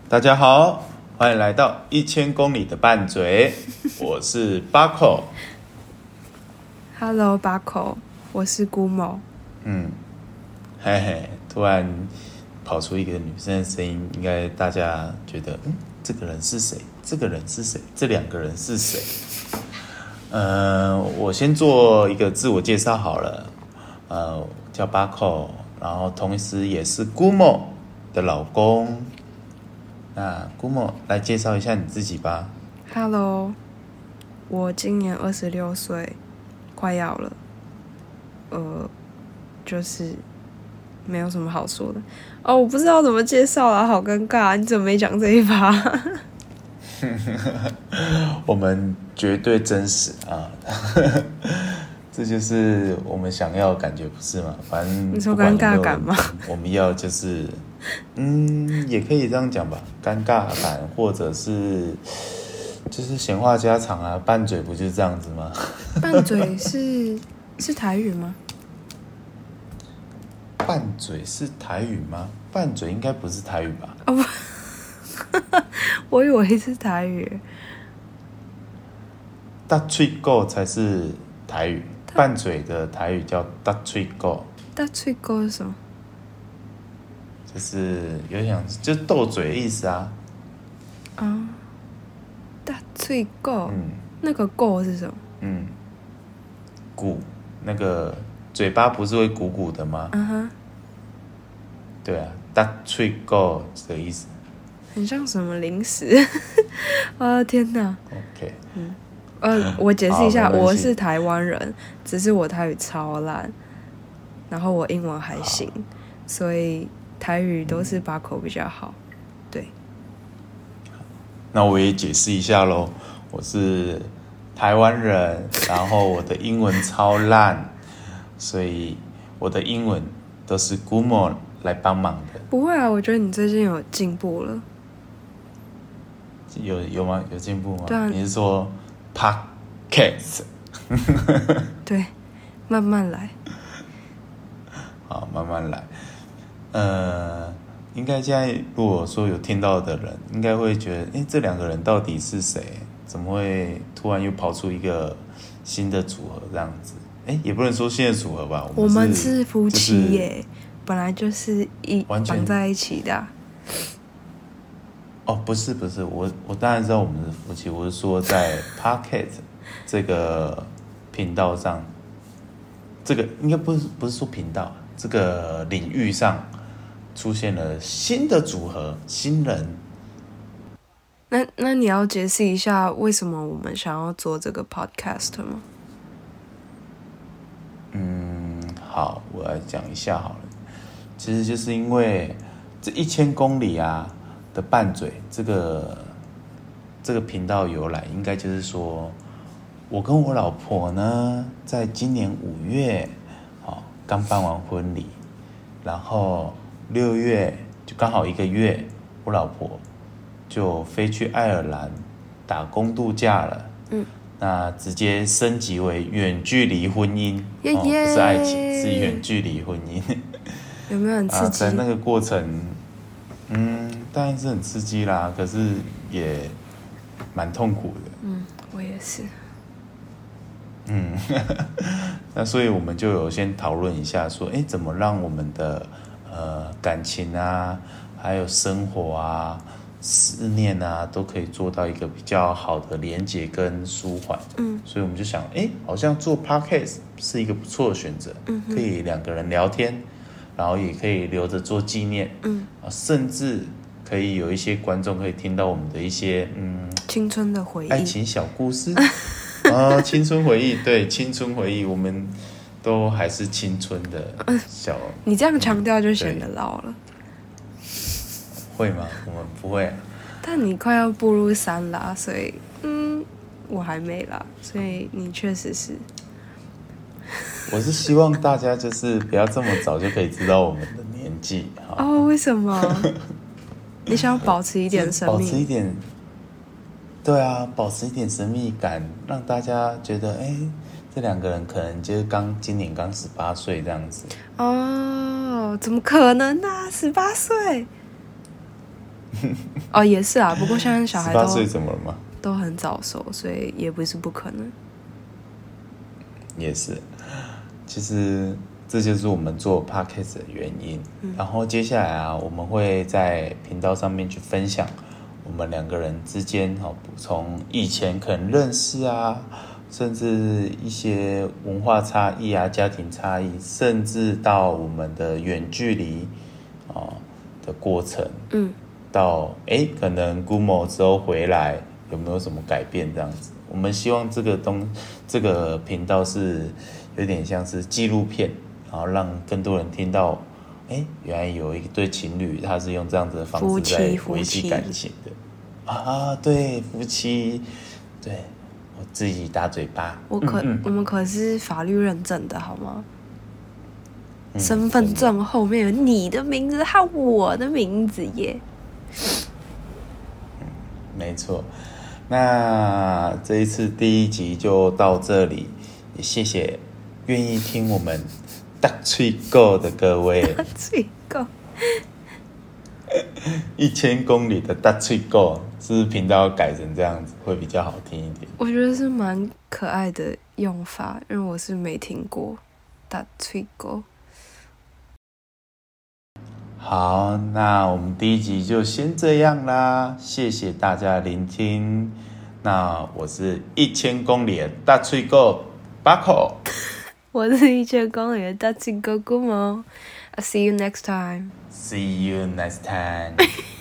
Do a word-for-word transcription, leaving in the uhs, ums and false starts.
大家好，欢迎来到一千公里的拌嘴，我是巴口。 Hello， 巴口，我是姑某。 嗯，嘿嘿，突然跑出一个女生的声音，应该大家觉得，嗯，这个人是谁？这个人是谁？这两个人是谁？呃，我先做一个自我介绍好了。呃，叫巴口，然后同时也是姑某的老公。那姑某来介绍一下你自己吧。 Hello， 我今年二十六岁，快要了。呃，就是没有什么好说的哦，我不知道怎么介绍啊，好尴尬，你怎么没讲这一趴？ 我们绝对真实啊，这就是我们想要的感觉，不是吗？反正你说尴尬感吗？ 我们要就是，嗯，也可以这样讲吧，尴尬感，或者是就是闲话家常啊，拌嘴不就是这样子吗？ 拌嘴是是台语吗？ 拌嘴是台语吗？拌嘴应该不是台语吧？ 哦不。我以为是台语， 大嘴狗才是台语，拌嘴的台语叫大嘴狗。 大嘴狗是什么？ 就是有点就是斗嘴的意思啊。 啊、哦，大嘴狗， 嗯， 那个狗是什么？ 嗯，鼓，那个嘴巴不是会鼓鼓的吗？ 嗯哼， 对啊，大嘴狗的意思。 很像什么零食？啊天哪 ！OK， 嗯，呃，我解释一下， 我是台湾人，只是我台语超烂，然后我英文还行，所以台语都是巴口比较好。对。 那我也解释一下咯，我是台湾人，然后我的英文超烂，所以我的英文都是姑某来帮忙的。 不会啊，我觉得你最近有进步了。 有有吗？有进步吗？ 对啊， 你是说 podcast？ 对，慢慢来。 好，慢慢来。呃，应该现在如果说有听到的人，应该会觉得，哎，这两个人到底是谁？怎么会突然又跑出一个新的组合这样子？哎，也不能说新的组合吧。 我们 是, 我们是夫妻耶、 就是， 本来就是一绑在一起的、啊。 哦，不是不是，我我当然知道我们是夫妻，我是说在 Podcast 这个频道上，这个应该不是不是说频道，这个领域上出现了新的组合，新人。 那那你要解释一下为什么我们想要做这个 Podcast 吗？ 嗯，好，我来讲一下好了。其实就是因为这一千公里啊。的拌嘴这个这个频道由来，应该就是说，我跟我老婆呢，在今年五月，好刚办完婚礼，然后六月就刚好一个月，我老婆就飞去爱尔兰打工度假了。 嗯， 那直接升级为远距离婚姻， 耶耶哦，不是爱情，是远距离婚姻。 有没有很刺激？ 啊，在那个过程。嗯，当然是很刺激啦，可是也蛮痛苦的。 嗯，我也是。 嗯，那所以我们就有先讨论一下，说，哎，怎么让我们的呃感情啊，还有生活啊、思念啊，都可以做到一个比较好的连结跟舒缓。 嗯， 所以我们就想，哎，好像做 podcast 是一个不错的选择， 嗯， 可以两个人聊天。然后也可以留着做纪念， 嗯， 甚至可以有一些观众可以听到我们的一些嗯青春的回忆、 爱情小故事啊，青春回忆，对，青春回忆，我们都还是青春的小。呃、 你这样强调就显得老了。 会吗？我们不会、啊。 但你快要步入三啦，所以嗯，我还没啦，所以你确实是。 我是希望大家就是不要这么早就可以知道我们的年纪哦，为什么？你想要保持一点神秘， 保持一点，对啊，保持一点神秘感，让大家觉得，哎，这两个人可能就是刚今年刚十八岁这样子。 哦，怎么可能呢、啊？十八岁？ 哦，也是啊，不过现在小孩都十八岁怎么了吗？ 都很早熟，所以也不是不可能。 也是，其实这就是我们做 podcast 的原因。嗯、然后接下来啊，我们会在频道上面去分享我们两个人之间，哈，从以前可能认识啊，甚至一些文化差异啊、家庭差异，甚至到我们的远距离啊的过程， 嗯， 到哎，可能 Gumo 之后回来有没有什么改变这样子？我们希望这个东这个频道是有点像是纪录片，然后让更多人听到，哎，原来有一对情侣他是用这样子的方式在维系感情的啊，对，夫妻，对。我自己打嘴巴， 我可、嗯嗯、我们可是法律认证的好吗？嗯、身份证后面有你的名字和我的名字耶。 嗯，没错。那这一次第一集就到这里，也谢谢愿意听我们大吹狗的各位。 大吹狗， 一千公里的大吹狗。是不是频道改成这样子会比较好听一点？ 我觉得是蛮可爱的用法，因为我是没听过大吹狗。 好，那我们第一集就先这样啦，谢谢大家聆听。那我是一千公里的大吹狗巴口， 我是一千公里的大吹狗 Gumo。I'll see you next time. See you next time.